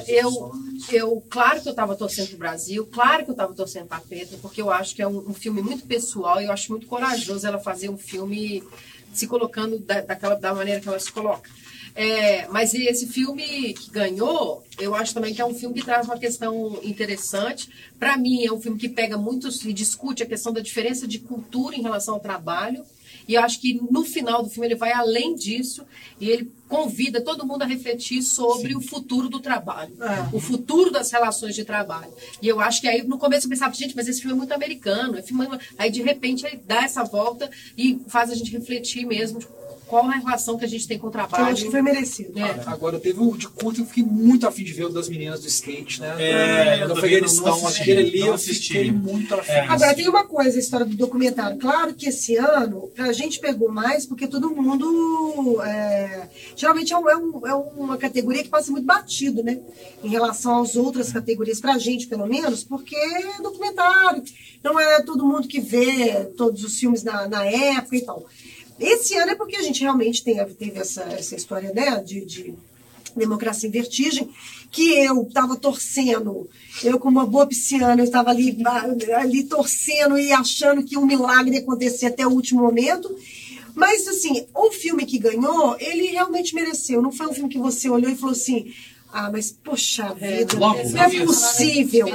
claro que eu estava torcendo pro Brasil, claro que eu estava torcendo pra Petra, porque eu acho que é um filme muito pessoal e eu acho muito corajoso ela fazer um filme se colocando da maneira que ela se coloca. Mas esse filme que ganhou, eu acho também que é um filme que traz uma questão interessante. Para mim, é um filme que pega muito e discute a questão da diferença de cultura em relação ao trabalho. E eu acho que no final do filme ele vai além disso e ele convida todo mundo a refletir sobre o futuro do trabalho, o futuro das relações de trabalho. E eu acho que aí no começo eu pensava, gente, mas esse filme é muito americano. Aí de repente ele dá essa volta e faz a gente refletir mesmo qual a relação que a gente tem com o trabalho. Eu acho que foi merecido. Agora, teve o de curto, eu fiquei muito afim de ver o das meninas do skate, né? Eu No também Afeganistão, aquele ali, eu fiquei muito afim. Agora, tem uma coisa, a história do documentário. Claro que esse ano, a gente pegou mais, porque todo mundo... geralmente é uma categoria que passa muito batido, né? Em relação às outras categorias, pra gente, pelo menos, porque é documentário. Não é todo mundo que vê todos os filmes na época e tal. Esse ano é porque a gente realmente teve essa história, né, de Democracia em Vertigem, que eu estava torcendo, eu como uma boa pisciana, eu estava ali torcendo e achando que um milagre ia acontecer até o último momento. Mas, assim, o filme que ganhou, ele realmente mereceu. Não foi um filme que você olhou e falou assim, mas poxa vida, não é possível.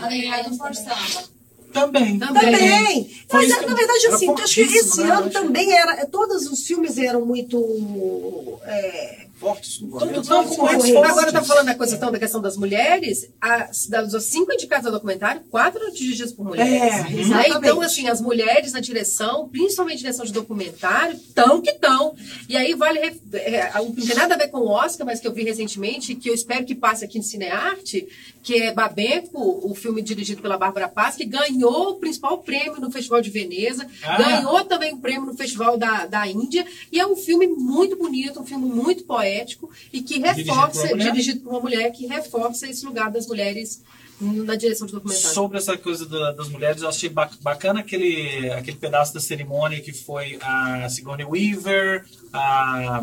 Também. Mas, na verdade, assim, eu acho que esse ano também todos os filmes eram muito... fortes. Agora tá falando da questão das mulheres, dos 5 indicados ao documentário, 4 dirigidos por mulheres. Então, assim, as mulheres na direção, principalmente direção de documentário, estão. E aí não tem nada a ver com o Oscar, mas que eu vi recentemente, que eu espero que passe aqui no Cinearte, que é Babenco, o filme dirigido pela Bárbara Paz, que ganhou ganhou o principal prêmio no Festival de Veneza, ganhou também o prêmio no Festival da Índia, e é um filme muito bonito, um filme muito poético, e que reforça, dirigido por uma mulher, que reforça esse lugar das mulheres na direção de documentário. Sobre essa coisa das mulheres, eu achei bacana aquele pedaço da cerimônia que foi a Sigourney Weaver, a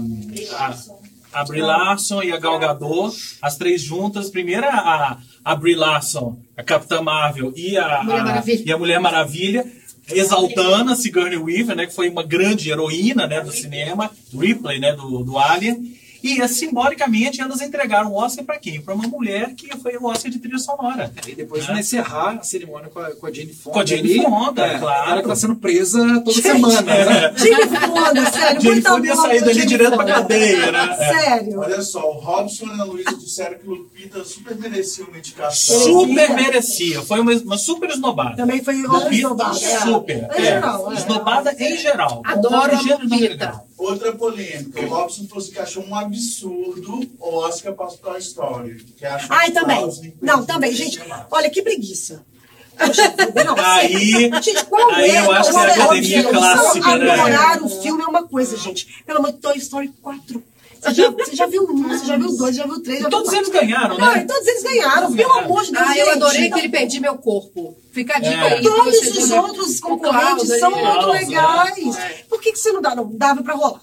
Brie Larson e a Gal Gadot, as três juntas. Primeiro a Brie Larson, a Capitã Marvel e a Mulher Maravilha, exaltando a Sigourney Weaver, né, que foi uma grande heroína, né, do cinema, Ripley, né, do Alien. E, simbolicamente, elas entregaram o Oscar para quem? Para uma mulher que foi o Oscar de trilha sonora. E depois vai encerrar a cerimônia com a Jane Fonda. Com a Jane Fonda, claro. Ela que está sendo presa toda semana. Né? Jane Fonda, sério. Jane Fonda ia sair dali direto para cadeia, né? Sério. Olha só, o Robson e a Ana Luísa disseram que o Lupita super merecia uma indicação. Super merecia. Foi uma super esnobada. Também foi outra esnobada. Super. Esnobada em geral. Adoro a Lupita. Outra polêmica. O Robson falou que achou um absurdo o Oscar para Toy Story. Ai, também. Não, também, gente. Olha, que preguiça. Poxa, não, aí, gente, qual aí eu acho que é a academia clássica, né? Adorar o filme é uma coisa, gente. Pelo amor de Toy Story 4. Você já viu um, você já viu dois, já viu três, já viu todos eles ganharam, não, né? Todos eles ganharam, pelo amor de Deus. Eu adorei que ele Perdi Meu Corpo. Fica a dica aí. Todos os outros concorrentes são muito legais. Por que você não dá? Não, dava pra rolar.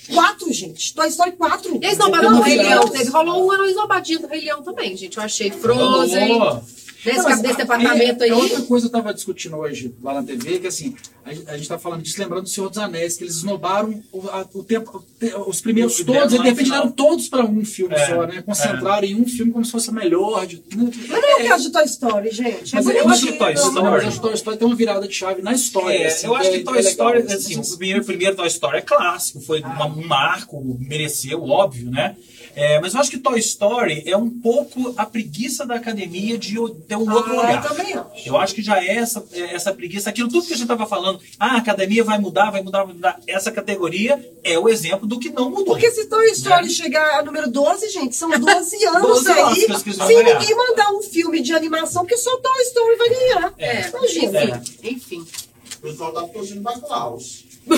4, gente. Toy Story 4. E a esnobada do Rei Leão teve. Rolou uma esnobadinha do Rei Leão também, gente. Eu achei Frozen. Desse departamento aí. Outra coisa eu estava discutindo hoje lá na TV, que assim, a gente está falando disso, lembrando do Senhor dos Anéis, que eles esnobaram o tempo, os primeiros todos, e de repente deram todos para um filme só, né? Concentraram em um filme como se fosse o melhor de tudo. Mas não é o caso de Toy Story, gente. Mas eu acho que Toy Story tem uma virada de chave na história. Assim, eu acho que Toy Story, assim, o primeiro Toy Story é clássico, foi um marco, mereceu, óbvio, né? Mas eu acho que Toy Story é um pouco a preguiça da academia de ter um outro olhar. Eu acho que já é essa preguiça, aquilo tudo que a gente estava falando, a academia vai mudar. Essa categoria é o exemplo do que não mudou. Porque se Toy Story chegar a número 12, gente, são 12 anos 12 aí, sem ninguém mandar um filme de animação, que só Toy Story vai ganhar. Imagina. Enfim. O pessoal tá torcendo para Klaus. Ele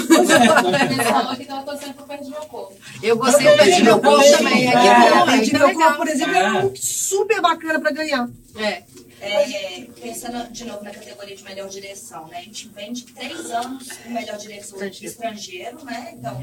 falou que tava torcendo pro Perdi Meu Corpo. Eu gostei do Perdi Meu Corpo também. Perdi Meu Corpo, por exemplo, é super bacana pra ganhar. Pensando de novo na categoria de melhor direção, né? A gente vem de 3 anos com melhor direção estrangeiro, né? Então,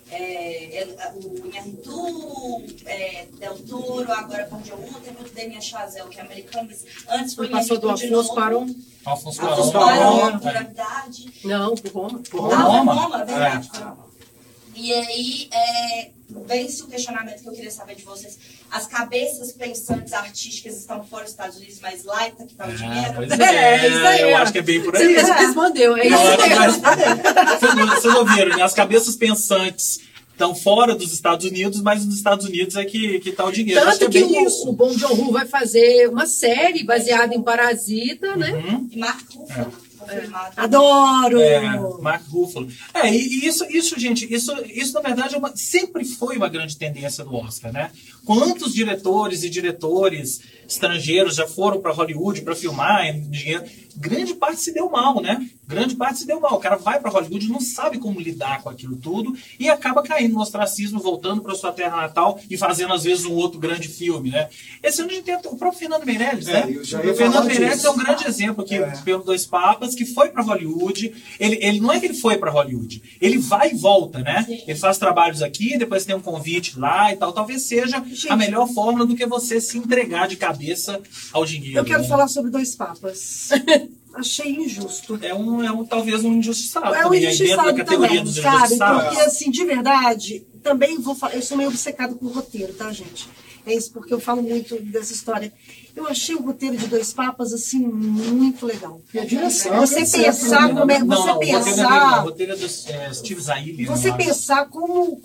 o Inharritu, Del Toro, agora com o John Woo, teve o Damien Chazelle, que é americano, mas antes foi passou do Afonso Cuarón. Afonso Cuarón, Gravidade. Não, por Roma. Por Roma, verdade. E aí, vem-se o questionamento que eu queria saber de vocês. As cabeças pensantes artísticas estão fora dos Estados Unidos, mas lá que está o dinheiro? Pois isso aí. Eu acho que é bem por aí. Você respondeu, é isso mesmo. Vocês ouviram, né? As cabeças pensantes estão fora dos Estados Unidos, mas nos Estados Unidos é que está o dinheiro. Tanto que o Bong Joon-ho vai fazer uma série baseada em Parasita, né? E Mark Ruffalo. Adoro! Mark Ruffalo. E isso, gente, isso na verdade sempre foi uma grande tendência do Oscar, né? Quantos diretores e diretores estrangeiros já foram para Hollywood para filmar dinheiro? Grande parte se deu mal, né? O cara vai para Hollywood, não sabe como lidar com aquilo tudo e acaba caindo no ostracismo, voltando para sua terra natal e fazendo às vezes um outro grande filme, né? Esse ano a gente tem o próprio Fernando Meirelles, né? O Fernando Meirelles é um grande exemplo aqui pelo Dois Papas, que foi para Hollywood. Ele não é que ele foi para Hollywood, ele vai e volta, né? Sim. Ele faz trabalhos aqui, depois tem um convite lá e tal. Talvez seja a melhor fórmula do que você se entregar de cabeça ao dinheiro. Eu quero falar sobre Dois Papas. Achei injusto. Talvez um injustiçado. É um injustiçado da categoria também, sabe? Porque, assim, de verdade, também vou falar. Eu sou meio obcecado com o roteiro, tá, gente? É isso, porque eu falo muito dessa história. Eu achei o roteiro de Dois Papas, assim, muito legal. E a direção. Você pensar como é. Você pensar. O roteiro é do Steve Zaillian. Você pensar como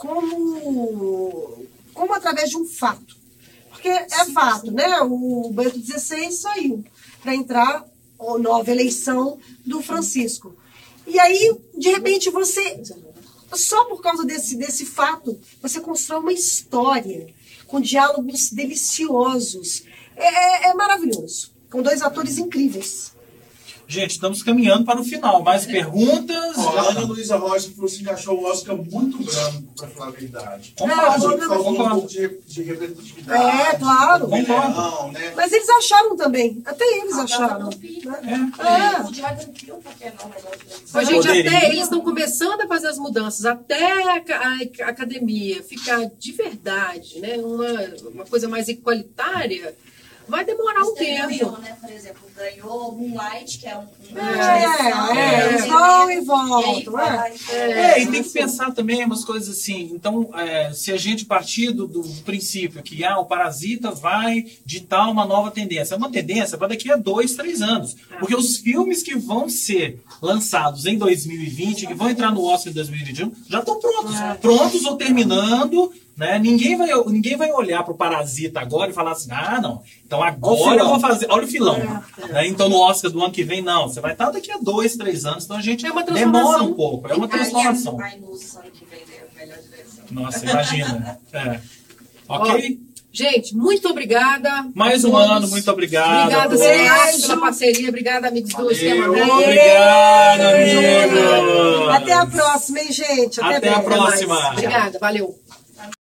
através de um fato. Porque é fato, né? O Bento XVI saiu para entrar a nova eleição do Francisco. E aí, de repente, você, só por causa desse fato, você constrói uma história com diálogos deliciosos. É maravilhoso. Com 2 atores incríveis. Gente, estamos caminhando para o final. Mais perguntas? Ó, a Ana Luísa Rocha falou assim que achou o Oscar muito branco, para falar a verdade. Concordo. Faltou um pouco de representatividade. É, claro. Não, né? Mas eles acharam também. Até eles acharam. O Jordan Peele, por que não? Mas, gente, Poderia. até eles estão começando a fazer as mudanças, até a academia ficar de verdade, né? Uma coisa mais igualitária, vai demorar um tempo. Ganhou, né? Por exemplo, ganhou Moonlight, que é um Eles vão e voltam. E tem que pensar também umas coisas assim. Então, se a gente partir do princípio que o Parasita vai ditar uma nova tendência, é uma tendência para daqui a 2, 3 anos. Porque os filmes que vão ser lançados em 2020, que vão entrar no Oscar em 2021, já estão prontos. Prontos ou terminando. Né? Ninguém vai olhar para o Parasita agora e falar assim, não, então agora eu vou fazer, olha o filão. Né? Então no Oscar do ano que vem, não, você vai estar daqui a 2, 3 anos, então a gente demora um pouco, é uma transformação. Nossa, imagina. Ok? Gente, muito obrigada. Mais um ano, muito obrigado. Obrigada, Cinearte, pela parceria. Obrigada, amigos do Esquema Médio. Obrigado, amigo. Até a próxima, hein, gente? Até a próxima. Obrigada, valeu.